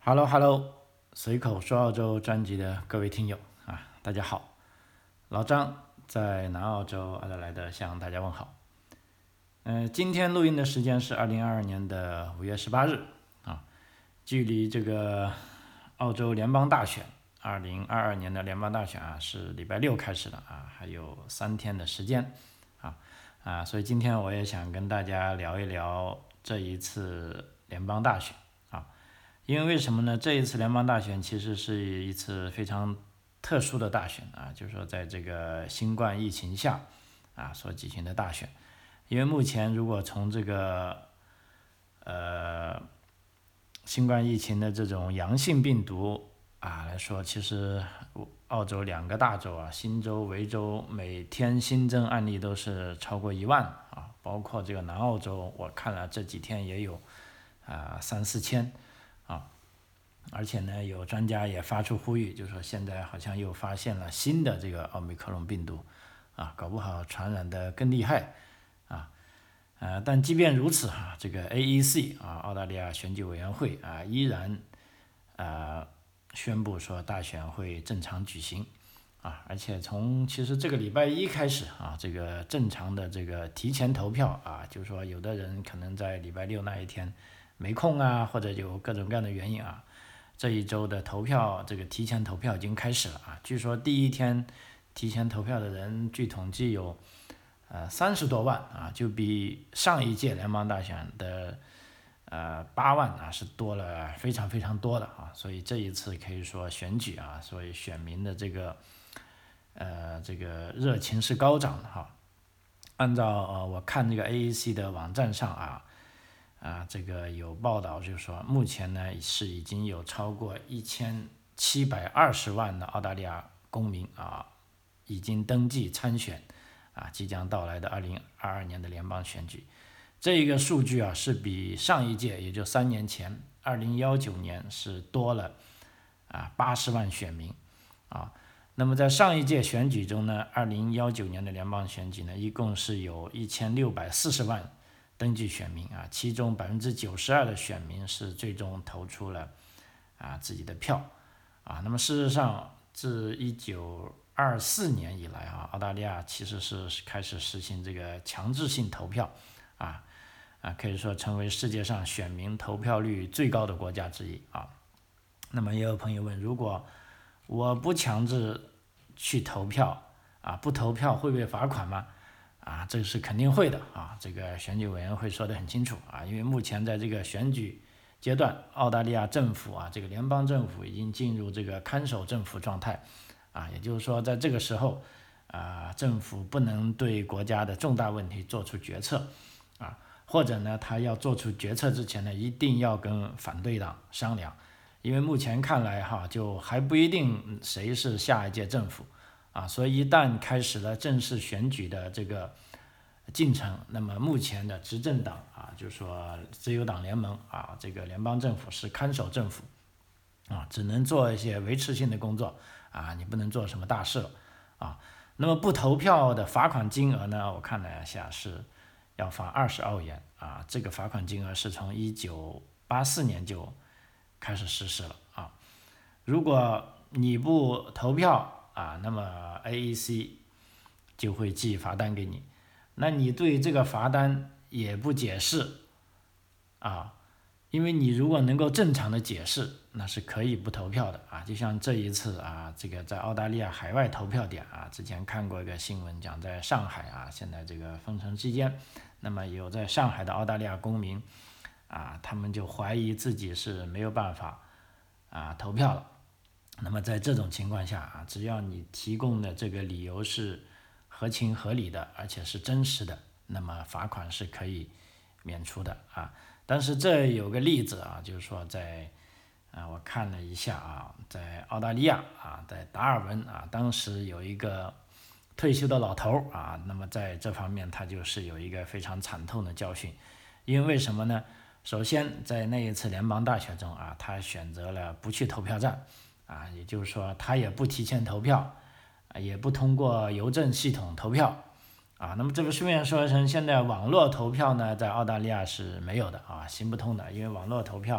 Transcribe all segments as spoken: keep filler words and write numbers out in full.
Hello Hello，随口说澳洲专辑的各位听友啊，大家好，老张在南澳洲阿德莱德向大家问好。嗯、呃，今天录音的时间是二零二二年的五月十八日啊，距离这个澳洲联邦大选，二零二二年的联邦大选啊是礼拜六开始的啊，还有三天的时间啊啊，所以今天我也想跟大家聊一聊这一次联邦大选。因为为什么呢？这一次联邦大选其实是一次非常特殊的大选啊，就是说在这个新冠疫情下啊所举行的大选。因为目前如果从这个呃新冠疫情的这种阳性病毒啊来说，其实澳洲两个大洲啊，新州、维州每天新增案例都是超过一万啊，包括这个南澳洲，我看了这几天也有啊三四千。啊，而且呢，有专家也发出呼吁，就是说现在好像又发现了新的这个奥密克戎病毒，啊，搞不好传染的更厉害，啊，呃，但即便如此啊，这个 A E C 啊，澳大利亚选举委员会啊，依然啊宣布说大选会正常举行，啊，而且从其实这个礼拜一开始啊，这个正常的这个提前投票啊，就是说有的人可能在礼拜六那一天没空啊，或者有各种各样的原因啊，这一周的投票这个提前投票已经开始了啊。据说第一天提前投票的人，据统计有呃三十多万啊，就比上一届联邦大选的呃八万啊是多了非常非常多的啊。所以这一次可以说选举啊，所以选民的这个呃这个热情是高涨的哈。按照呃我看这个 A E C 的网站上啊。啊，这个有报道就是说，目前呢是已经有超过一千七百二十万的澳大利亚公民啊，已经登记参选啊，即将到来的二零二二年的联邦选举。这一个数据啊，是比上一届，也就三年前二零一九年是多了啊八十万选民啊。那么在上一届选举中呢，二零一九年的联邦选举呢，一共是有一千六百四十万。登记选民啊，其中百分之九十二的选民是最终投出了啊自己的票啊。那么事实上，自一九二四年以来啊，澳大利亚其实是开始实行这个强制性投票啊啊，可以说成为世界上选民投票率最高的国家之一啊。那么也有朋友问，如果我不强制去投票啊，不投票会被罚款吗？啊，这是肯定会的啊，这个选举委员会说得很清楚啊，因为目前在这个选举阶段，澳大利亚政府啊，这个联邦政府已经进入这个看守政府状态啊，也就是说，在这个时候啊，政府不能对国家的重大问题做出决策啊，或者呢，他要做出决策之前呢，一定要跟反对党商量，因为目前看来哈，就还不一定谁是下一届政府。啊，所以一旦开始了正式选举的这个进程，那么目前的执政党啊，就是说自由党联盟啊，这个联邦政府是看守政府啊，只能做一些维持性的工作啊，你不能做什么大事啊。那么不投票的罚款金额呢，我看了一下是要罚二十澳元啊，这个罚款金额是从一九八四年就开始实施了啊。如果你不投票，啊，那么 A E C 就会寄罚单给你，那你对这个罚单也不解释啊，因为你如果能够正常的解释，那是可以不投票的啊。就像这一次啊，这个在澳大利亚海外投票点啊，之前看过一个新闻讲，在上海啊，现在这个封城期间，那么有在上海的澳大利亚公民啊，他们就怀疑自己是没有办法啊投票了。那么在这种情况下啊，只要你提供的这个理由是合情合理的，而且是真实的，那么罚款是可以免除的啊。但是这有个例子啊，就是说在啊，我看了一下啊，在澳大利亚啊，在达尔文啊，当时有一个退休的老头啊，那么在这方面他就是有一个非常惨痛的教训，因为什么呢？首先在那一次联邦大选中啊，他选择了不去投票站。啊，也就是说，他也不提前投票，啊，也不通过邮政系统投票，啊，那么这个顺便说成，现在网络投票呢，在澳大利亚是没有的啊，行不通的，因为网络投票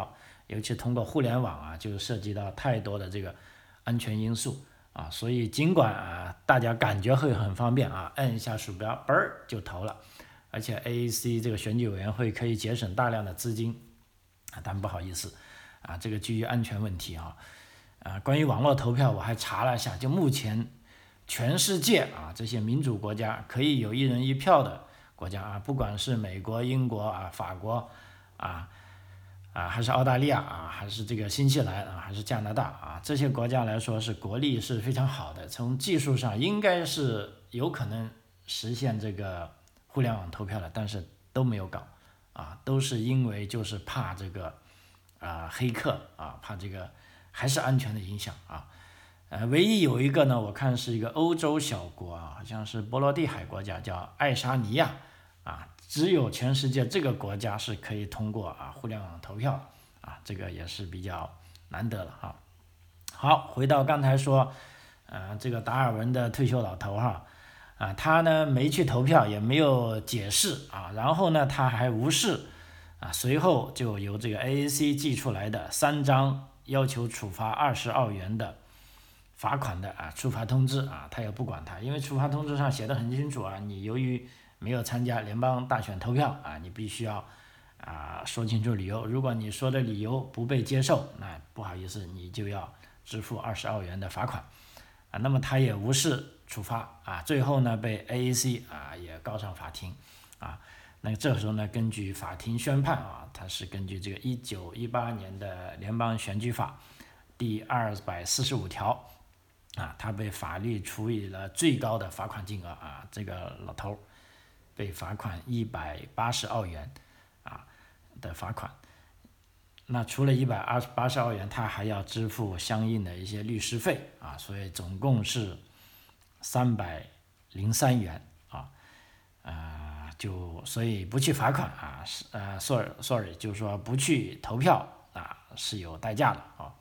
尤其通过互联网啊，就涉及到太多的这个安全因素啊，所以尽管啊大家感觉会很方便啊，摁一下鼠标，嘣儿就投了，而且 A A C 这个选举委员会可以节省大量的资金啊，但不好意思啊，这个基于安全问题啊，啊，关于网络投票我还查了一下，就目前全世界啊这些民主国家可以有一人一票的国家啊，不管是美国、英国啊、法国啊。啊，还是澳大利亚啊，还是这个新西兰啊，还是加拿大啊，这些国家来说是国力是非常好的，从技术上应该是有可能实现这个互联网投票的，但是都没有搞啊，都是因为就是怕这个啊黑客啊，怕这个还是安全的影响啊，呃，唯一有一个呢，我看是一个欧洲小国啊，好像是波罗的海国家叫爱沙尼亚啊。只有全世界这个国家是可以通过啊互联网投票啊，这个也是比较难得了哈。好，回到刚才说，呃，这个达尔文的退休老头哈，啊，他呢没去投票，也没有解释啊，然后呢他还无视啊，随后就由这个 A A C 寄出来的三张要求处罚二十澳元的罚款的啊处罚通知啊，他也不管他，因为处罚通知上写的很清楚啊，你由于没有参加联邦大选投票啊，你必须要啊说清楚理由。如果你说的理由不被接受，那不好意思，你就要支付二十澳元的罚款啊。那么他也无视处罚啊，最后呢被 A A C 啊也告上法庭啊。那这时候呢，根据法庭宣判啊，他是根据这个一九一八年的联邦选举法第二百四十五条啊，他被法律处以了最高的罚款金额啊，这个老头被罚款一百八十澳元啊的罚款，那除了一百八十澳元，他还要支付相应的一些律师费啊，所以总共是三百零三元啊，啊、呃、就所以不去罚款啊，是呃 sorry sorry 就是说不去投票啊是有代价的啊。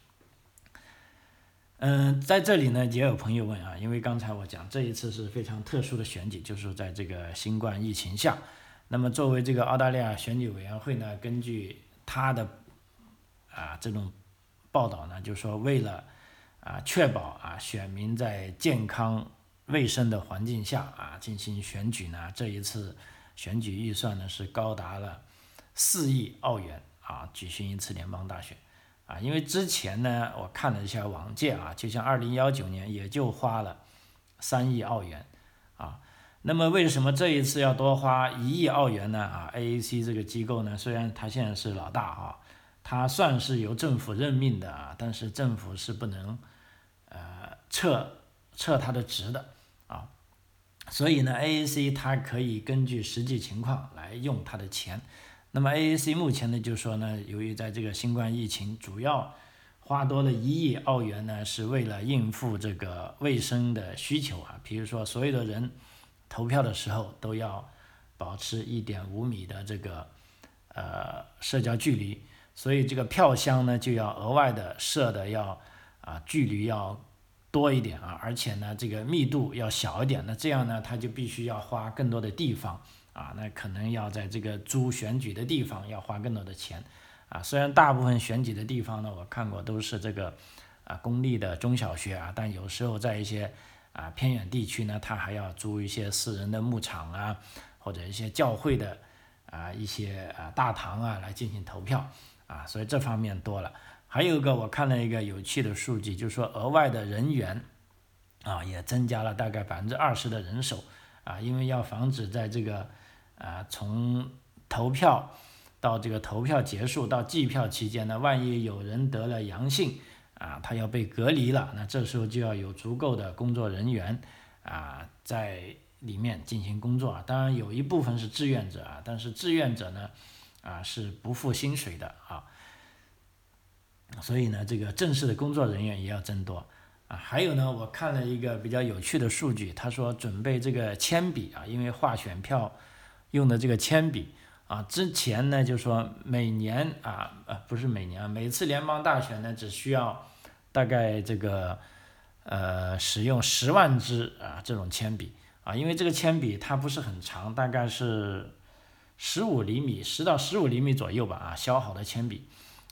嗯，在这里呢，也有朋友问啊，因为刚才我讲这一次是非常特殊的选举，就是在这个新冠疫情下，那么作为这个澳大利亚选举委员会呢，根据他的啊这种报道呢，就是说为了啊确保啊选民在健康卫生的环境下啊进行选举呢，这一次选举预算呢是高达了四亿澳元啊，举行一次联邦大选。啊，因为之前呢，我看了一下往届啊，就像二零一九年也就花了三亿澳元啊。那么为什么这一次要多花一亿澳元呢？啊 ，A A C 这个机构呢，虽然它现在是老大啊，它算是由政府任命的啊，但是政府是不能呃撤撤它的职的啊。所以呢 ，A A C 它可以根据实际情况来用它的钱。那么 A A C 目前呢，就说呢，由于在这个新冠疫情，主要花多了一亿澳元呢，是为了应付这个卫生的需求啊，比如说所有的人投票的时候都要保持一点五米的这个呃社交距离，所以这个票箱呢就要额外的设的要啊距离要多一点啊，而且呢这个密度要小一点，那这样呢它就必须要花更多的地方。啊，那可能要在这个租选举的地方要花更多的钱，啊，虽然大部分选举的地方呢，我看过都是这个啊公立的中小学啊，但有时候在一些啊偏远地区呢，它还要租一些私人的牧场啊，或者一些教会的啊一些啊大堂啊来进行投票啊，所以这方面多了。还有一个我看了一个有趣的数据，就是说额外的人员啊也增加了大概百分之二十的人手啊，因为要防止在这个啊，从投票到这个投票结束到计票期间呢，万一有人得了阳性啊，他要被隔离了，那这时候就要有足够的工作人员啊在里面进行工作啊。当然有一部分是志愿者啊，但是志愿者呢啊是不付薪水的啊，所以呢这个正式的工作人员也要增多啊。还有呢，我看了一个比较有趣的数据，他说准备这个铅笔啊，因为划选票用的这个铅笔啊，之前呢就说每年啊呃不是每年啊，每次联邦大选呢只需要大概这个呃使用十万支啊这种铅笔啊，因为这个铅笔它不是很长，大概是十五厘米，十到十五厘米左右吧啊，削好的铅笔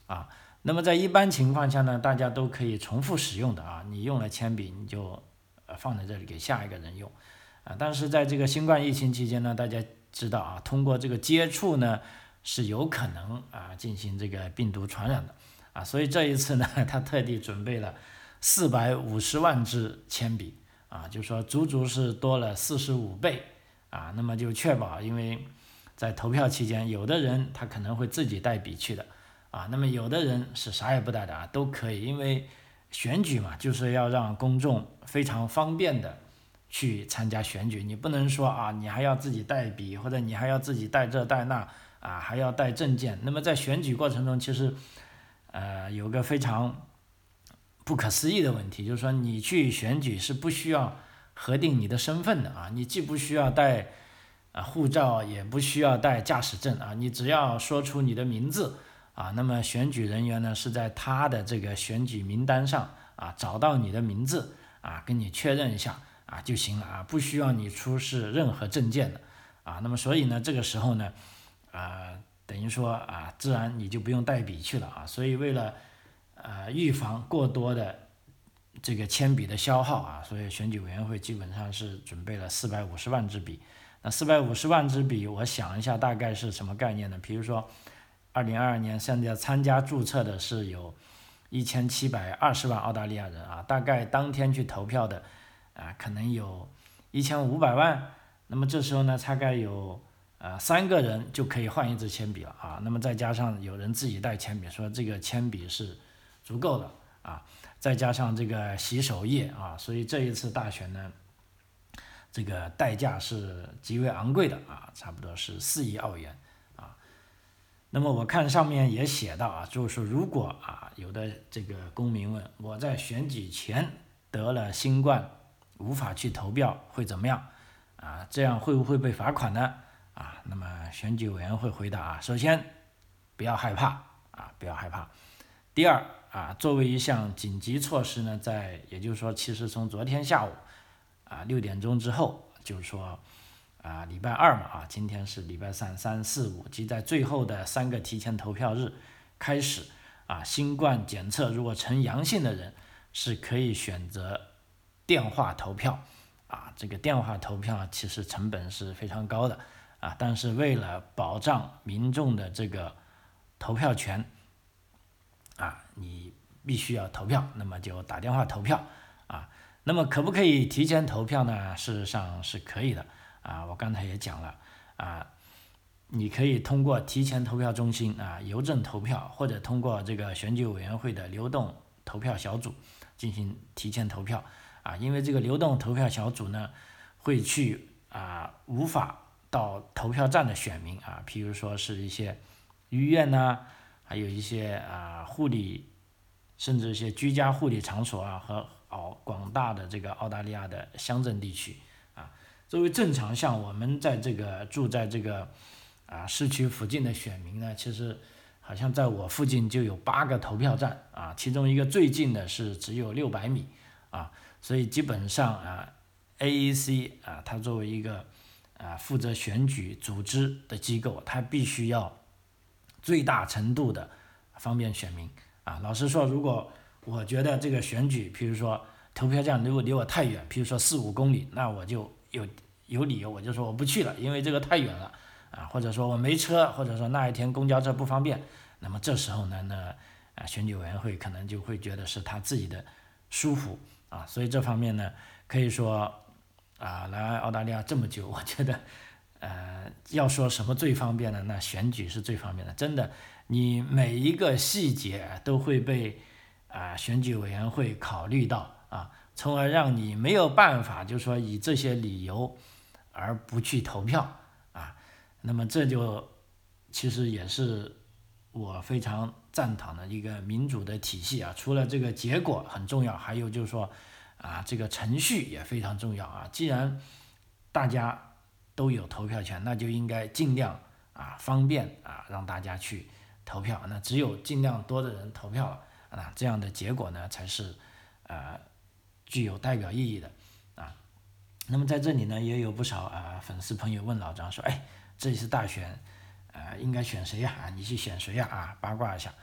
啊。那么在一般情况下呢，大家都可以重复使用的啊，你用了铅笔你就呃放在这里给下一个人用啊。但是在这个新冠疫情期间呢，大家知道啊，通过这个接触呢是有可能啊进行这个病毒传染的啊，所以这一次呢，他特地准备了四百五十万支铅笔啊，就说足足是多了四十五倍啊，那么就确保，因为在投票期间，有的人他可能会自己带笔去的啊，那么有的人是啥也不带的啊，都可以，因为选举嘛，就是要让公众非常方便的去参加选举，你不能说啊，你还要自己带笔，或者你还要自己带这带那啊，还要带证件。那么在选举过程中，其实呃有个非常不可思议的问题，就是说你去选举是不需要核定你的身份的啊，你既不需要带啊护照，也不需要带驾驶证啊，你只要说出你的名字啊，那么选举人员呢是在他的这个选举名单上啊找到你的名字啊，跟你确认一下啊就行了啊，不需要你出示任何证件的啊。那么所以呢，这个时候呢，啊等于说啊，自然你就不用带笔去了啊。所以为了呃预防过多的这个铅笔的消耗啊，所以选举委员会基本上是准备了四百五十万支笔。那四百五十万支笔，我想一下大概是什么概念呢？比如说，二零二二年现在参加注册的是有一千七百二十万澳大利亚人啊，大概当天去投票的啊，可能有一千五百万。那么这时候呢，大概有呃三个人就可以换一支铅笔了啊。那么再加上有人自己带铅笔，说这个铅笔是足够的啊。再加上这个洗手液啊，所以这一次大选呢，这个代价是极为昂贵的啊，差不多是四亿澳元啊。那么我看上面也写到啊，就是说如果啊有的这个公民问我在选举前得了新冠无法去投票会怎么样啊？这样会不会被罚款呢？啊，那么选举委员会回答啊，首先不要害怕啊，不要害怕。第二啊，作为一项紧急措施呢，在也就是说，其实从昨天下午啊六点钟之后，就是说啊礼拜二嘛啊，今天是礼拜三，三四五，即在最后的三个提前投票日开始啊，新冠检测如果呈阳性的人是可以选择电话投票啊，这个电话投票其实成本是非常高的啊，但是为了保障民众的这个投票权啊，你必须要投票，那么就打电话投票啊。那么可不可以提前投票呢？事实上是可以的啊，我刚才也讲了啊，你可以通过提前投票中心啊、邮政投票，或者通过这个选举委员会的流动投票小组进行提前投票啊。因为这个流动投票小组呢，会去啊无法到投票站的选民啊，譬如说是一些医院呐、啊，还有一些啊护理，甚至一些居家护理场所啊和哦广大的这个澳大利亚的乡镇地区啊，作为正常像我们在这个住在这个啊市区附近的选民呢，其实好像在我附近就有八个投票站啊，其中一个最近的是只有六百米啊，所以基本上啊 A E C 啊，它作为一个啊负责选举组织的机构，它必须要最大程度的方便选民啊。老实说，如果我觉得这个选举，譬如说投票站如果离我太远，譬如说四五公里，那我就有有理由，我就说我不去了，因为这个太远了啊，或者说我没车，或者说那一天公交车不方便，那么这时候呢，那啊选举委员会可能就会觉得是他自己的舒服啊，所以这方面呢，可以说啊来澳大利亚这么久，我觉得呃要说什么最方便的，那选举是最方便的，真的，你每一个细节都会被啊选举委员会考虑到啊，从而让你没有办法就说以这些理由而不去投票啊，那么这就其实也是我非常赞同的一个民主的体系啊。除了这个结果很重要，还有就是说啊这个程序也非常重要啊。既然大家都有投票权，那就应该尽量啊方便啊让大家去投票。那只有尽量多的人投票了啊，这样的结果呢才是呃具有代表意义的啊。那么在这里呢，也有不少啊、呃、粉丝朋友问老张说，哎，这次大选，呃，应该选谁呀？啊，你去选谁呀？啊，八卦一下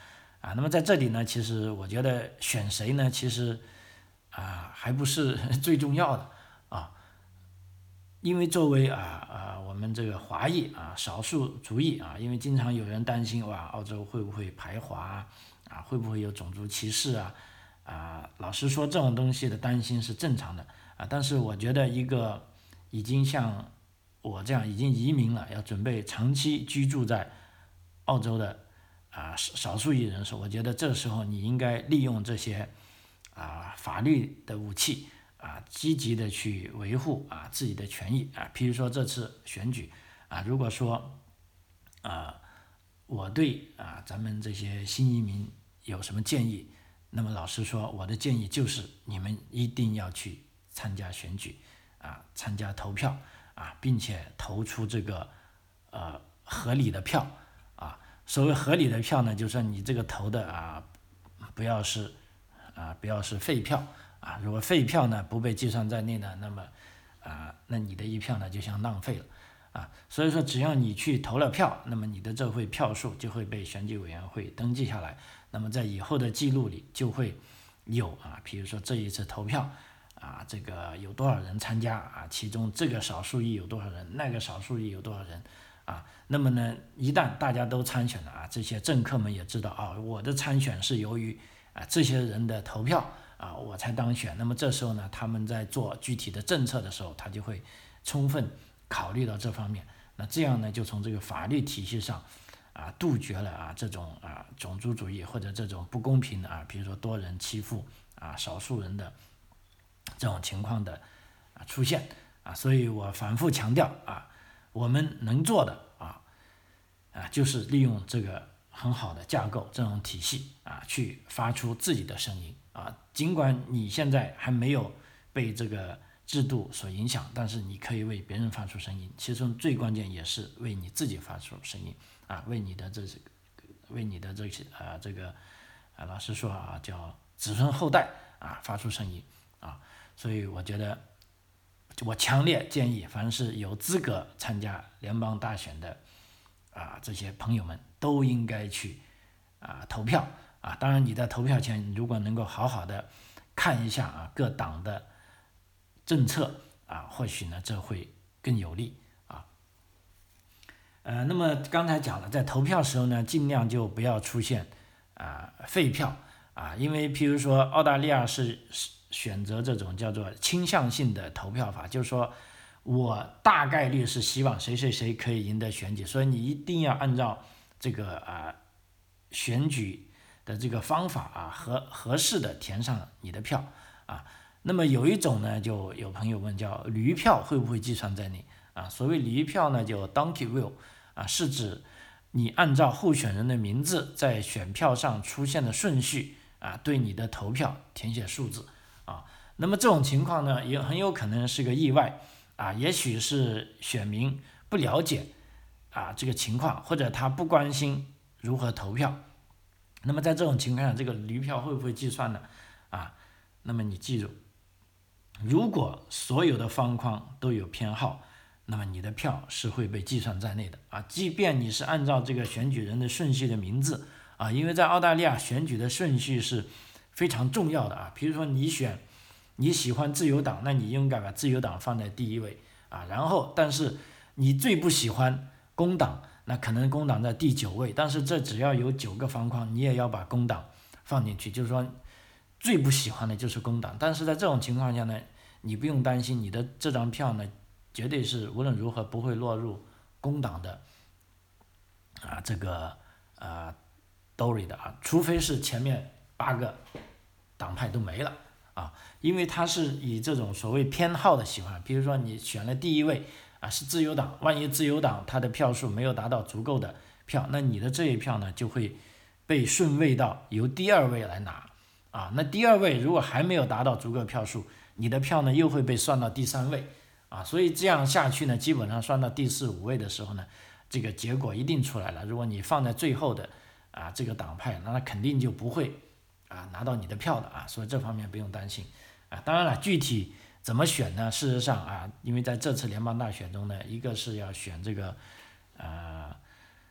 啊。那么在这里呢，其实我觉得选谁呢，其实啊还不是最重要的啊，因为作为啊啊我们这个华裔啊少数族裔啊，因为经常有人担心哇，澳洲会不会排华啊，会不会有种族歧视啊啊，老实说这种东西的担心是正常的啊，但是我觉得一个已经像我这样已经移民了，要准备长期居住在澳洲的啊少数裔人士，我觉得这时候你应该利用这些啊法律的武器啊，积极的去维护啊自己的权益啊。譬如说这次选举啊，如果说啊我对啊咱们这些新移民有什么建议，那么老实说，我的建议就是你们一定要去参加选举啊，参加投票啊，并且投出这个呃合理的票啊。所谓合理的票呢，就是说你这个投的啊，不要是啊不要是废票啊。如果废票呢不被计算在内呢，那么啊那你的一票呢就像浪费了啊。所以说只要你去投了票，那么你的这会票数就会被选举委员会登记下来，那么在以后的记录里就会有啊，比如说这一次投票啊，这个有多少人参加啊，其中这个少数裔有多少人，那个少数裔有多少人啊。那么呢，一旦大家都参选了啊，这些政客们也知道啊，我的参选是由于啊这些人的投票啊我才当选。那么这时候呢，他们在做具体的政策的时候，他就会充分考虑到这方面。那这样呢，就从这个法律体系上啊杜绝了啊这种啊种族主义或者这种不公平的啊，比如说多人欺负啊少数人的这种情况的啊出现啊。所以我反复强调啊，我们能做的啊啊就是利用这个很好的架构这种体系啊，去发出自己的声音啊。尽管你现在还没有被这个制度所影响，但是你可以为别人发出声音，其中最关键也是为你自己发出声音啊，为你的这些为你的这些啊这个啊老实说啊叫子孙后代啊发出声音啊。所以我觉得我强烈建议，凡是有资格参加联邦大选的啊这些朋友们都应该去啊投票啊。当然你在投票前如果能够好好的看一下啊各党的政策啊，或许呢这会更有利啊。呃，那么刚才讲了，在投票时候呢，尽量就不要出现啊废票啊，因为譬如说澳大利亚是选择这种叫做倾向性的投票法，就是说我大概率是希望谁谁谁可以赢得选举，所以你一定要按照这个啊选举的这个方法啊合合适的填上你的票啊。那么有一种呢，就有朋友问叫驴票会不会计算在内啊？所谓驴票呢，叫 donkey wheel 啊，是指你按照候选人的名字在选票上出现的顺序啊，对你的投票填写数字啊。那么这种情况呢，也很有可能是个意外啊，也许是选民不了解啊这个情况，或者他不关心如何投票。那么在这种情况下，这个驴票会不会计算呢？啊，那么你记住，如果所有的方框都有偏好，那么你的票是会被计算在内的啊。即便你是按照这个选举人的顺序的名字啊，因为在澳大利亚选举的顺序是非常重要的啊。比如说你选你喜欢自由党，那你应该把自由党放在第一位啊。然后，但是你最不喜欢工党，那可能工党在第九位，但是这只要有九个方框，你也要把工党放进去，就是说最不喜欢的就是工党。但是在这种情况下呢，你不用担心，你的这张票呢，绝对是无论如何不会落入工党的啊这个啊兜里的啊，除非是前面八个党派都没了啊，因为它是以这种所谓偏好的喜欢，比如说你选了第一位啊是自由党，万一自由党它的票数没有达到足够的票，那你的这一票呢就会被顺位到由第二位来拿啊。那第二位如果还没有达到足够票数，你的票呢又会被算到第三位啊。所以这样下去呢，基本上算到第四五位的时候呢，这个结果一定出来了。如果你放在最后的啊这个党派，那他肯定就不会啊拿到你的票的啊。所以这方面不用担心啊。当然了，具体怎么选呢？事实上啊，因为在这次联邦大选中呢，一个是要选这个呃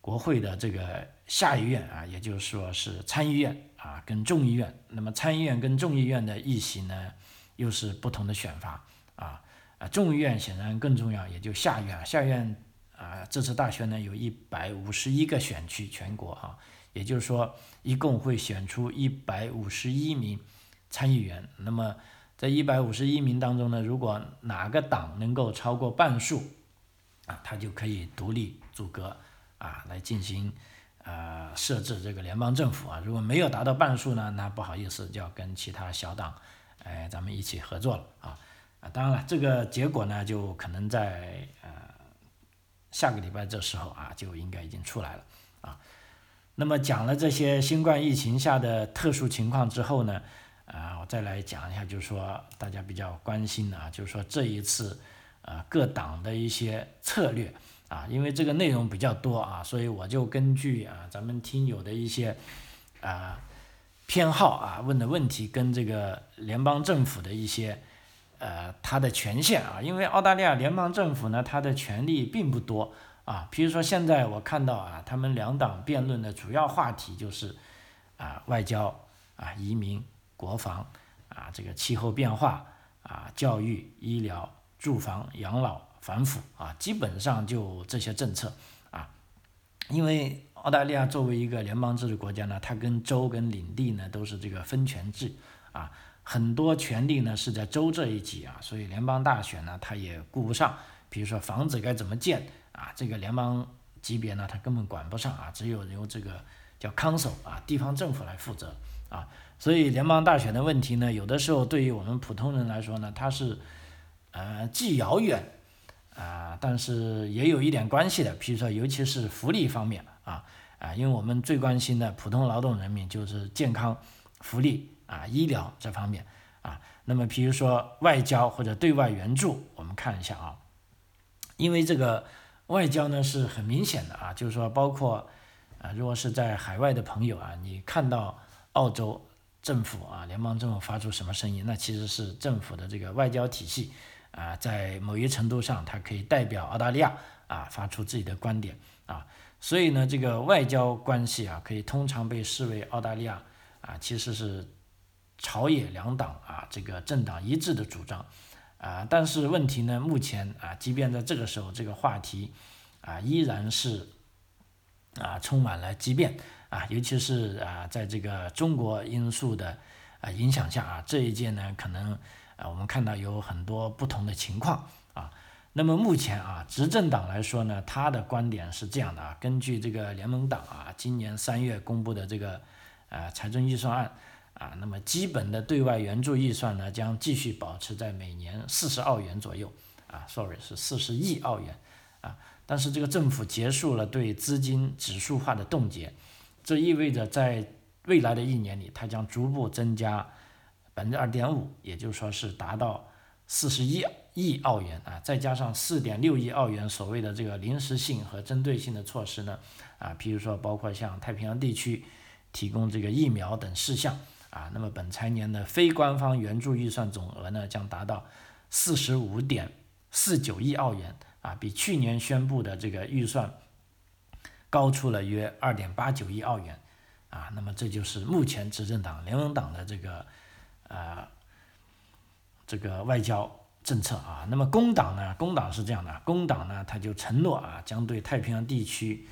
国会的这个下议院啊，也就是说是参议院啊跟众议院。那么参议院跟众议院的议席呢，又是不同的选法啊啊，众议院显然更重要，也就下议院。下议院啊，这次大选呢有一百五十一个选区，全国啊，也就是说一共会选出一百五十一名参议员。那么在一百五十一名当中呢，如果哪个党能够超过半数啊，他就可以独立组阁啊，来进行呃设置这个联邦政府啊。如果没有达到半数呢，那不好意思，就要跟其他小党哎咱们一起合作了啊啊。当然了，这个结果呢，就可能在呃下个礼拜这时候啊，就应该已经出来了啊。那么讲了这些新冠疫情下的特殊情况之后呢，啊，我再来讲一下，就是说大家比较关心的啊，就是说这一次呃各党的一些策略啊，因为这个内容比较多啊，所以我就根据啊咱们听友的一些啊偏好啊问的问题，跟这个联邦政府的一些呃它的权限啊，因为澳大利亚联邦政府呢，它的权力并不多啊。比如说现在我看到啊，他们两党辩论的主要话题就是啊外交啊移民、国防啊这个气候变化啊教育、医疗、住房、养老、反腐啊，基本上就这些政策啊。因为澳大利亚作为一个联邦制的国家呢，它跟州跟领地呢都是这个分权制啊，很多权利呢是在州这一级啊，所以联邦大选呢它也顾不上。比如说房子该怎么建啊，这个联邦级别呢它根本管不上啊，只有由这个叫 council 啊地方政府来负责啊。所以联邦大选的问题呢，有的时候对于我们普通人来说呢，它是呃既遥远啊、呃，但是也有一点关系的。比如说尤其是福利方面啊啊，因为我们最关心的普通劳动人民就是健康、福利啊、医疗这方面啊。那么比如说外交或者对外援助，我们看一下啊，因为这个外交呢是很明显的啊，就是说包括啊，如果是在海外的朋友啊，你看到澳洲政府啊，联邦政府发出什么声音，那其实是政府的这个外交体系啊，在某一程度上，它可以代表澳大利亚啊，发出自己的观点啊。所以呢，这个外交关系啊，可以通常被视为澳大利亚啊，其实是朝野两党啊，这个政党一致的主张啊。但是问题呢，目前啊，即便在这个时候，这个话题啊，依然是啊充满了激变啊，尤其是啊，在这个中国因素的啊影响下啊，这一届呢，可能啊我们看到有很多不同的情况啊。那么目前啊，执政党来说呢，他的观点是这样的啊，根据这个联盟党啊，今年三月公布的这个呃财政预算案啊，那么基本的对外援助预算呢，将继续保持在每年四十澳元左右啊，sorry 是四十亿澳元啊。但是这个政府结束了对资金指数化的冻结，这意味着在未来的一年里，它将逐步增加百分之二点五，也就是说是达到四十一亿澳元啊，再加上四点六亿澳元所谓的这个临时性和针对性的措施呢啊，譬如说包括向太平洋地区提供这个疫苗等事项啊，那么本财年的非官方援助预算总额呢将达到四十五点四九亿澳元啊，比去年宣布的这个预算高出了约二点八九亿澳元啊。那么这就是目前执政党联盟党的这个呃这个外交政策啊。那么工党呢，工党是这样的，工党呢他就承诺啊，将对太平洋地区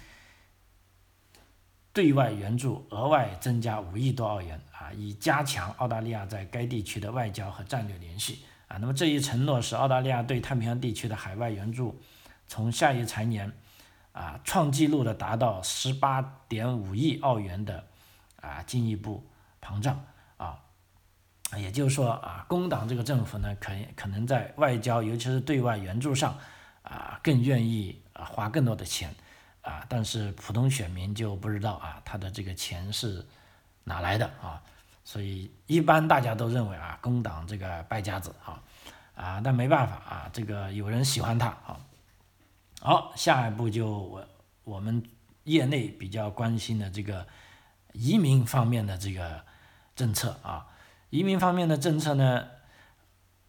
对外援助额外增加五亿多澳元啊，以加强澳大利亚在该地区的外交和战略联系啊。那么这一承诺使澳大利亚对太平洋地区的海外援助从下一财年啊创纪录的达到十八点五亿澳元的啊进一步膨胀啊。也就是说啊，工党这个政府呢，可可能在外交，尤其是对外援助上啊，更愿意啊花更多的钱啊，但是普通选民就不知道啊，他的这个钱是哪来的啊？所以一般大家都认为啊，工党这个败家子啊啊，但没办法啊，这个有人喜欢他啊。好，下一步就我我们业内比较关心的这个移民方面的这个政策啊。移民方面的政策呢，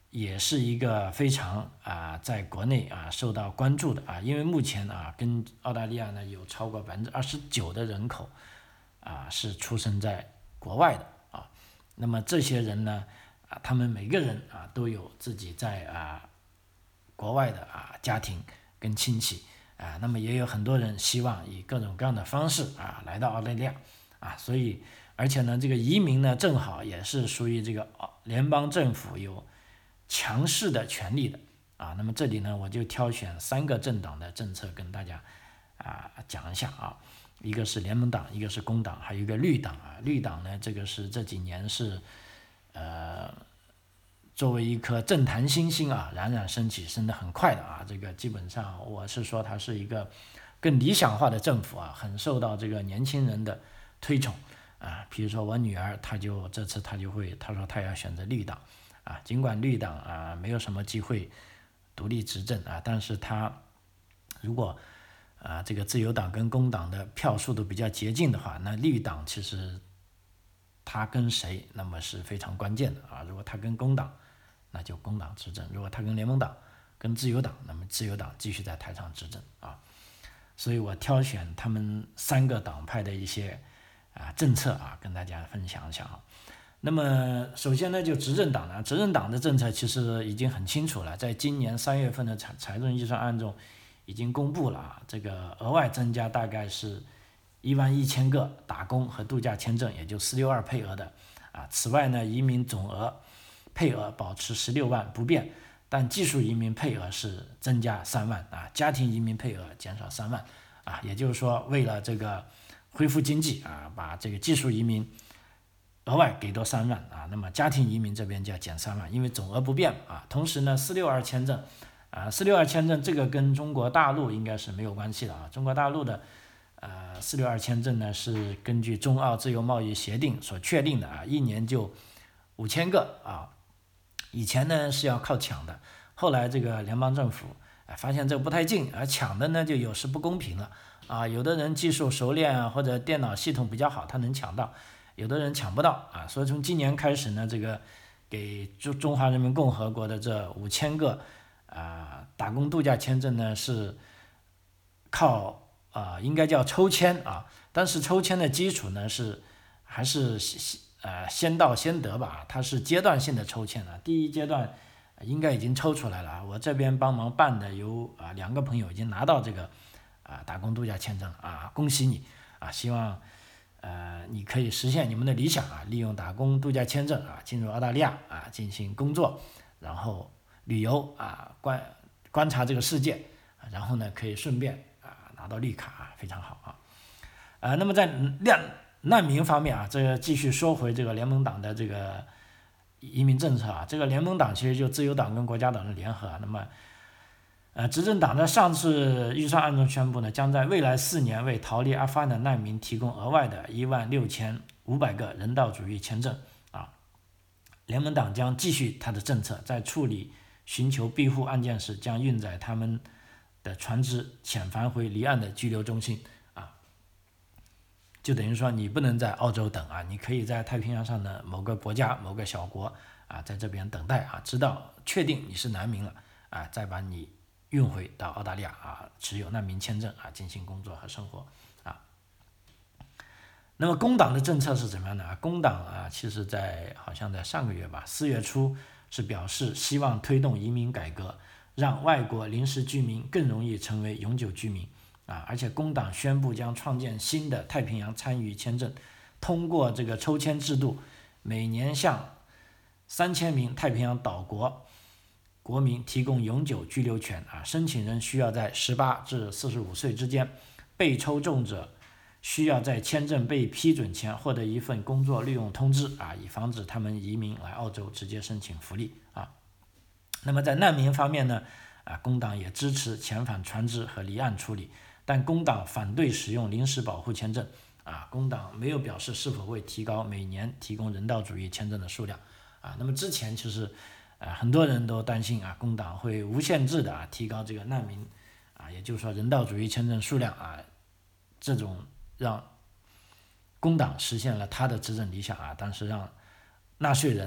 也是一个非常啊，在国内啊受到关注的啊，因为目前啊，跟澳大利亚呢有超过百分之二十九的人口啊是出生在国外的啊。那么这些人呢啊，他们每个人啊都有自己在啊国外的啊家庭跟亲戚啊，那么也有很多人希望以各种各样的方式啊来到澳大利亚啊，所以而且呢，这个移民呢正好也是属于这个联邦政府有强势的权利的啊。那么这里呢，我就挑选三个政党的政策跟大家啊讲一下啊。一个是联盟党，一个是工党，还有一个绿党啊。绿党呢，这个是这几年是呃作为一颗政坛新星啊，冉冉升起，升得很快的啊。这个基本上我是说它是一个更理想化的政府啊，很受到这个年轻人的推崇啊。比如说我女儿，她就这次她就会她说她要选择绿党啊，尽管绿党啊没有什么机会独立执政啊，但是她如果啊，这个自由党跟工党的票数都比较接近的话，那绿党其实他跟谁那么是非常关键的啊。如果他跟工党，那就工党执政；如果他跟联盟党、跟自由党，那么自由党继续在台上执政啊。所以我挑选他们三个党派的一些啊政策啊，跟大家分享一下啊。那么首先呢，就执政党呢，执政党的政策其实已经很清楚了，在今年三月份的财财政预算案中已经公布了啊，这个额外增加大概是一万一千个打工和度假签证，也就四六二配额的啊。此外呢，移民总额配额保持十六万不变，但技术移民配额是增加三万啊，家庭移民配额减少三万啊。也就是说，为了这个恢复经济啊，把这个技术移民额外给多三万啊，那么家庭移民这边就要减三万，因为总额不变啊。同时呢，四六二签证啊，四六二签证这个跟中国大陆应该是没有关系的啊。中国大陆的呃四六二签证呢是根据中澳自由贸易协定所确定的啊，一年就五千个啊。以前呢是要靠抢的，后来这个联邦政府啊发现这个不太近，而抢的呢就有时不公平了啊。有的人技术熟练啊，或者电脑系统比较好，他能抢到。有的人抢不到啊，所以从今年开始呢，这个给中中华人民共和国的这五千个啊打工度假签证呢是靠啊应该叫抽签啊，但是抽签的基础呢是还是呃先到先得吧，它是阶段性的抽签啊，第一阶段应该已经抽出来了，我这边帮忙办的有啊两个朋友已经拿到这个啊打工度假签证啊，恭喜你啊，希望。呃，你可以实现你们的理想啊，利用打工度假签证啊，进入澳大利亚啊进行工作，然后旅游啊，观观察这个世界，然后呢可以顺便啊拿到绿卡啊，非常好啊。呃，那么在难难民方面啊，这个继续说回这个联盟党的这个移民政策啊，这个联盟党其实就自由党跟国家党的联合啊，那么。呃，执政党在上次预算案中宣布呢，将在未来四年为逃离阿富汗的难民提供额外的一万六千五百个人道主义签证啊。联盟党将继续他的政策，在处理寻求庇护案件时，将运载他们的船只遣返回离岸的拘留中心啊。就等于说，你不能在澳洲等啊，你可以在太平洋上的某个国家、某个小国啊，在这边等待啊，直到确定你是难民了啊，再把你。运回到澳大利亚啊，持有难民签证啊，进行工作和生活啊。那么工党的政策是怎么样的啊？工党啊，其实在好像在上个月吧，四月初是表示希望推动移民改革，让外国临时居民更容易成为永久居民啊。而且工党宣布将创建新的太平洋参与签证，通过这个抽签制度，每年向三千名太平洋岛国。国民提供永久居留权啊，申请人需要在十八至四十五岁之间，被抽中者需要在签证被批准前获得一份工作利用通知啊，以防止他们移民来澳洲直接申请福利啊。那么在难民方面呢，啊，工党也支持遣返船只和离岸处理，但工党反对使用临时保护签证啊，工党没有表示是否会提高每年提供人道主义签证的数量啊。那么之前其实。啊，很多人都担心啊，工党会无限制的啊提高这个难民啊，也就是说人道主义签证数量啊，这种让工党实现了他的执政理想啊，但是让纳税人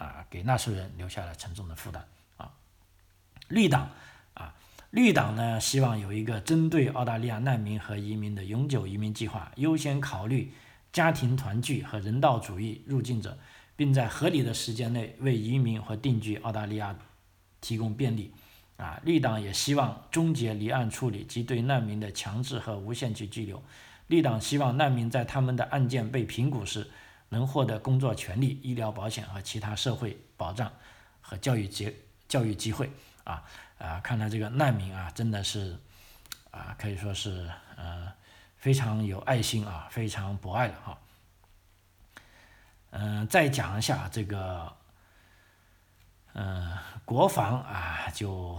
啊，给纳税人留下了沉重的负担啊。绿党啊，绿党呢希望有一个针对澳大利亚难民和移民的永久移民计划，优先考虑家庭团聚和人道主义入境者，并在合理的时间内为移民和定居澳大利亚提供便利。啊，绿党也希望终结离岸处理及对难民的强制和无限期拘留。绿党希望难民在他们的案件被评估时，能获得工作权利、医疗保险和其他社会保障和教育机教育机会。啊啊，看来这个难民啊，真的是啊，可以说是呃非常有爱心啊，非常博爱了哈。嗯、呃，再讲一下这个。嗯、呃，国防啊就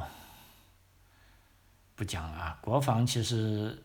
不讲了啊。国防其实，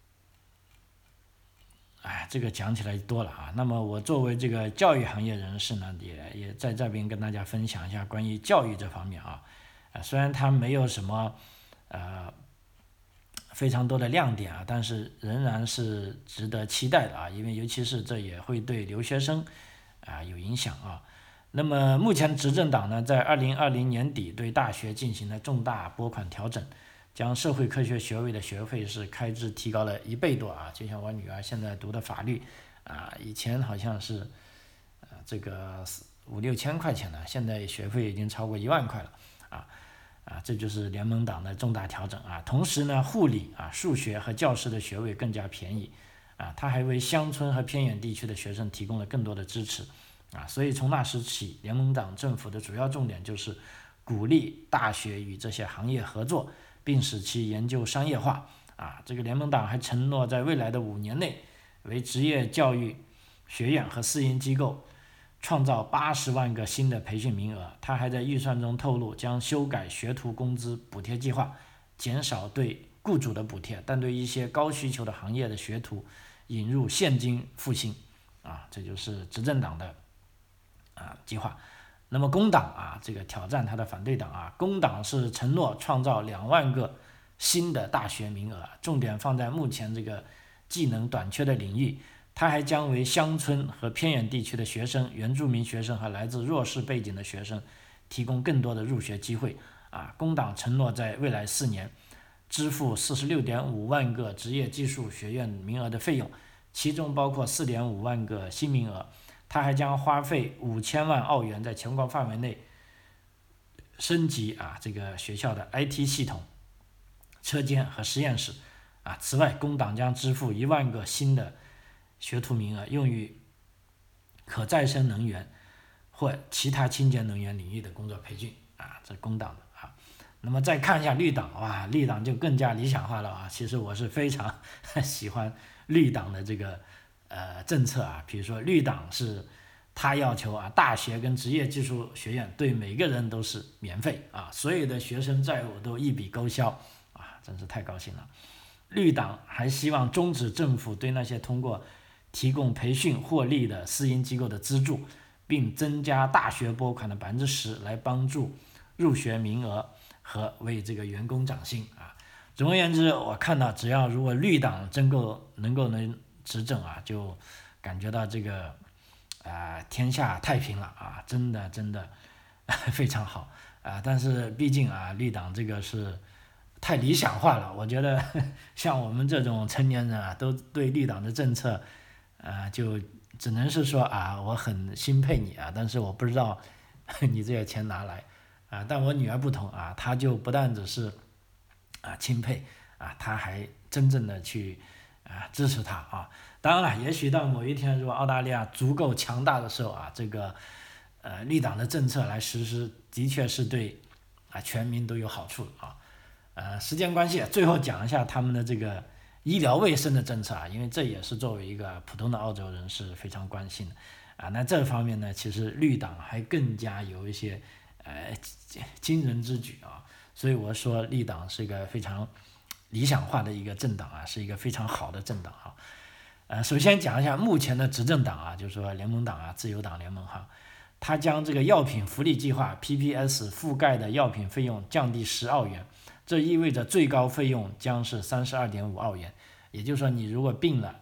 哎，这个讲起来多了啊。那么我作为这个教育行业人士呢，也也在这边跟大家分享一下关于教育这方面啊。啊，虽然它没有什么呃非常多的亮点啊，但是仍然是值得期待的啊，因为尤其是这也会对留学生啊有影响啊。那么目前执政党呢，在二零二零年底对大学进行了重大拨款调整，将社会科学学位的学费是开支提高了一倍多啊！就像我女儿现在读的法律啊，以前好像是呃这个五六千块钱的，现在学费已经超过一万块了啊啊！这就是联盟党的重大调整啊。同时呢，护理啊、数学和教师的学位更加便宜啊，它还为乡村和偏远地区的学生提供了更多的支持。啊，所以从那时起，联盟党政府的主要重点就是鼓励大学与这些行业合作，并使其研究商业化。啊，这个联盟党还承诺在未来的五年内，为职业教育学院和私营机构创造八十万个新的培训名额。他还在预算中透露，将修改学徒工资补贴计划，减少对雇主的补贴，但对一些高需求的行业的学徒引入现金付薪。啊，这就是执政党的。啊，计划。那么工党啊，这个挑战他的反对党啊，工党是承诺创造两万个新的大学名额，重点放在目前这个技能短缺的领域。他还将为乡村和偏远地区的学生、原住民学生和来自弱势背景的学生提供更多的入学机会。啊，工党承诺在未来四年支付四十六点五万个职业技术学院名额的费用，其中包括四点五万个新名额。他还将花费五千万澳元在全国范围内升级啊这个学校的 I T 系统、车间和实验室啊。此外，工党将支付一万个新的学徒名额，用于可再生能源或其他清洁能源领域的工作培训啊。这是工党的啊。那么再看一下绿党，哇，绿党就更加理想化了啊。其实我是非常喜欢绿党的这个。呃，政策啊，比如说绿党是，他要求啊，大学跟职业技术学院对每个人都是免费啊，所有的学生债务都一笔勾销啊，真是太高兴了。绿党还希望终止政府对那些通过提供培训获利的私营机构的资助，并增加大学拨款的百分之十，来帮助入学名额和为这个员工涨薪啊。总而言之，我看到只要如果绿党真够能够能。执政啊，就感觉到这个啊、呃、天下太平了啊，真的真的非常好啊。但是毕竟啊，绿党这个是太理想化了，我觉得像我们这种成年人啊，都对绿党的政策啊、呃，就只能是说啊，我很钦佩你啊，但是我不知道你这些钱拿来啊。但我女儿不同啊，她就不但只是啊钦佩啊，她还真正的去。啊，支持他啊！当然了，也许到某一天，如果澳大利亚足够强大的时候啊，这个呃绿党的政策来实施，的确是对啊全民都有好处啊。呃，时间关系，最后讲一下他们的这个医疗卫生的政策啊，因为这也是作为一个普通的澳洲人是非常关心的啊。那这方面呢，其实绿党还更加有一些呃惊人之举啊，所以我说绿党是一个非常。理想化的一个政党啊，是一个非常好的政党啊。呃，首先讲一下目前的执政党啊，就是说联盟党啊，自由党联盟哈，它将这个药品福利计划 P P S 覆盖的药品费用降低十澳元，这意味着最高费用将是三十二点五澳元。也就是说，你如果病了，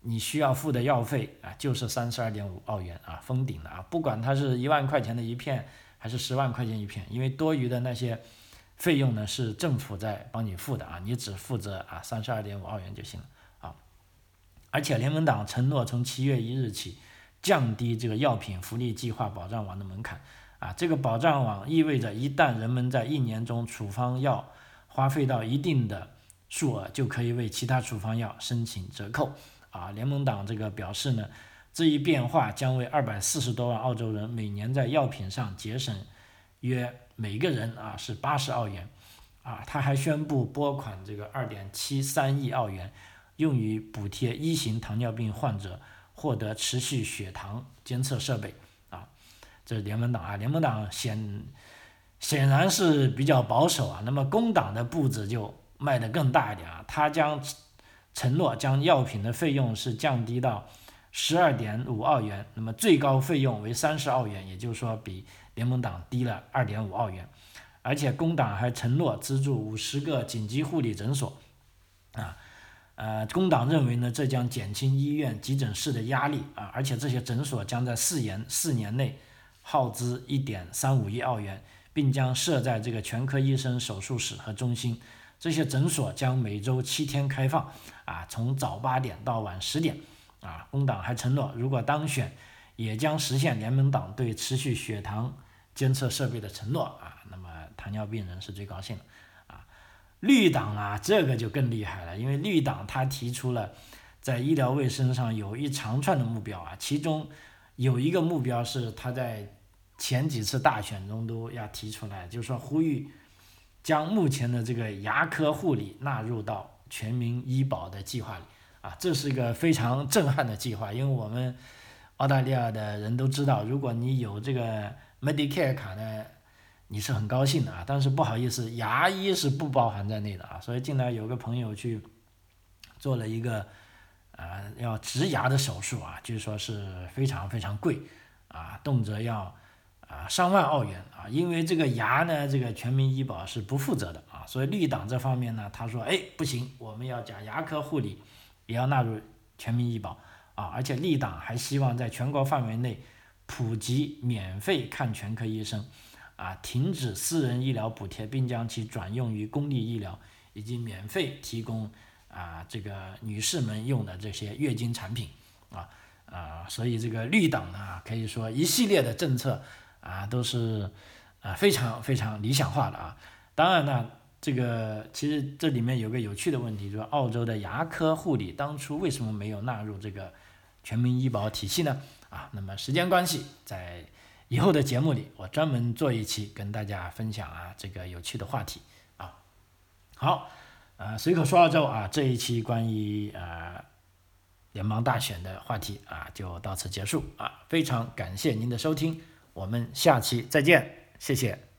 你需要付的药费啊，就是三十二点五澳元啊，封顶了啊！不管它是一万块钱的一片，还是十万块钱一片，因为多余的那些费用呢是政府在帮你付的啊，你只负责啊三十二点五澳元就行了啊。而且联盟党承诺从七月一日起降低这个药品福利计划保障网的门槛啊，这个保障网意味着一旦人们在一年中处方药花费到一定的数额，就可以为其他处方药申请折扣啊。联盟党这个表示呢，这一变化将为二百四十多万澳洲人每年在药品上节省约每个人啊是八十澳元啊。他还宣布拨款这个二点七三亿澳元，用于补贴一型糖尿病患者获得持续血糖监测设备啊。这是联盟党啊，联盟党显显然是比较保守啊。那么工党的步子就迈得更大一点啊，他将承诺将药品的费用是降低到十二点五澳元，那么最高费用为三十澳元，也就是说比联盟党低了二点五澳元。而且工党还承诺资助五十个紧急护理诊所啊。呃，工党认为呢，这将减轻医院急诊室的压力啊，而且这些诊所将在四年四年内耗资一点三五亿澳元，并将设在这个全科医生手术室和中心。这些诊所将每周七天开放啊，从早八点到晚十点啊。工党还承诺，如果当选，也将实现联盟党对持续血糖监测设备的承诺啊。那么糖尿病人是最高兴的啊。绿党啊，这个就更厉害了，因为绿党他提出了在医疗卫生上有一长串的目标啊，其中有一个目标是他在前几次大选中都要提出来，就是说呼吁将目前的这个牙科护理纳入到全民医保的计划里啊，这是一个非常震撼的计划，因为我们澳大利亚的人都知道，如果你有这个 Medicare 卡呢，你是很高兴的啊，但是不好意思，牙医是不包含在内的啊。所以近来有个朋友去做了一个呃要植牙的手术啊，据说是非常非常贵啊，动辄要啊上万澳元啊。因为这个牙呢，这个全民医保是不负责的啊，所以绿党这方面呢，他说哎不行，我们要讲牙科护理也要纳入全民医保啊，而且绿党还希望在全国范围内普及免费看全科医生啊，停止私人医疗补贴，并将其转用于公立医疗，以及免费提供啊这个女士们用的这些月经产品啊啊，所以这个绿党呢，可以说一系列的政策啊都是啊非常非常理想化的啊。当然呢，这个其实这里面有个有趣的问题，就是澳洲的牙科护理当初为什么没有纳入这个全民医保体系呢？啊，那么时间关系，在以后的节目里，我专门做一期跟大家分享啊这个有趣的话题啊。好，呃，随口说澳洲啊，这一期关于呃联邦大选的话题啊就到此结束啊，非常感谢您的收听，我们下期再见，谢谢。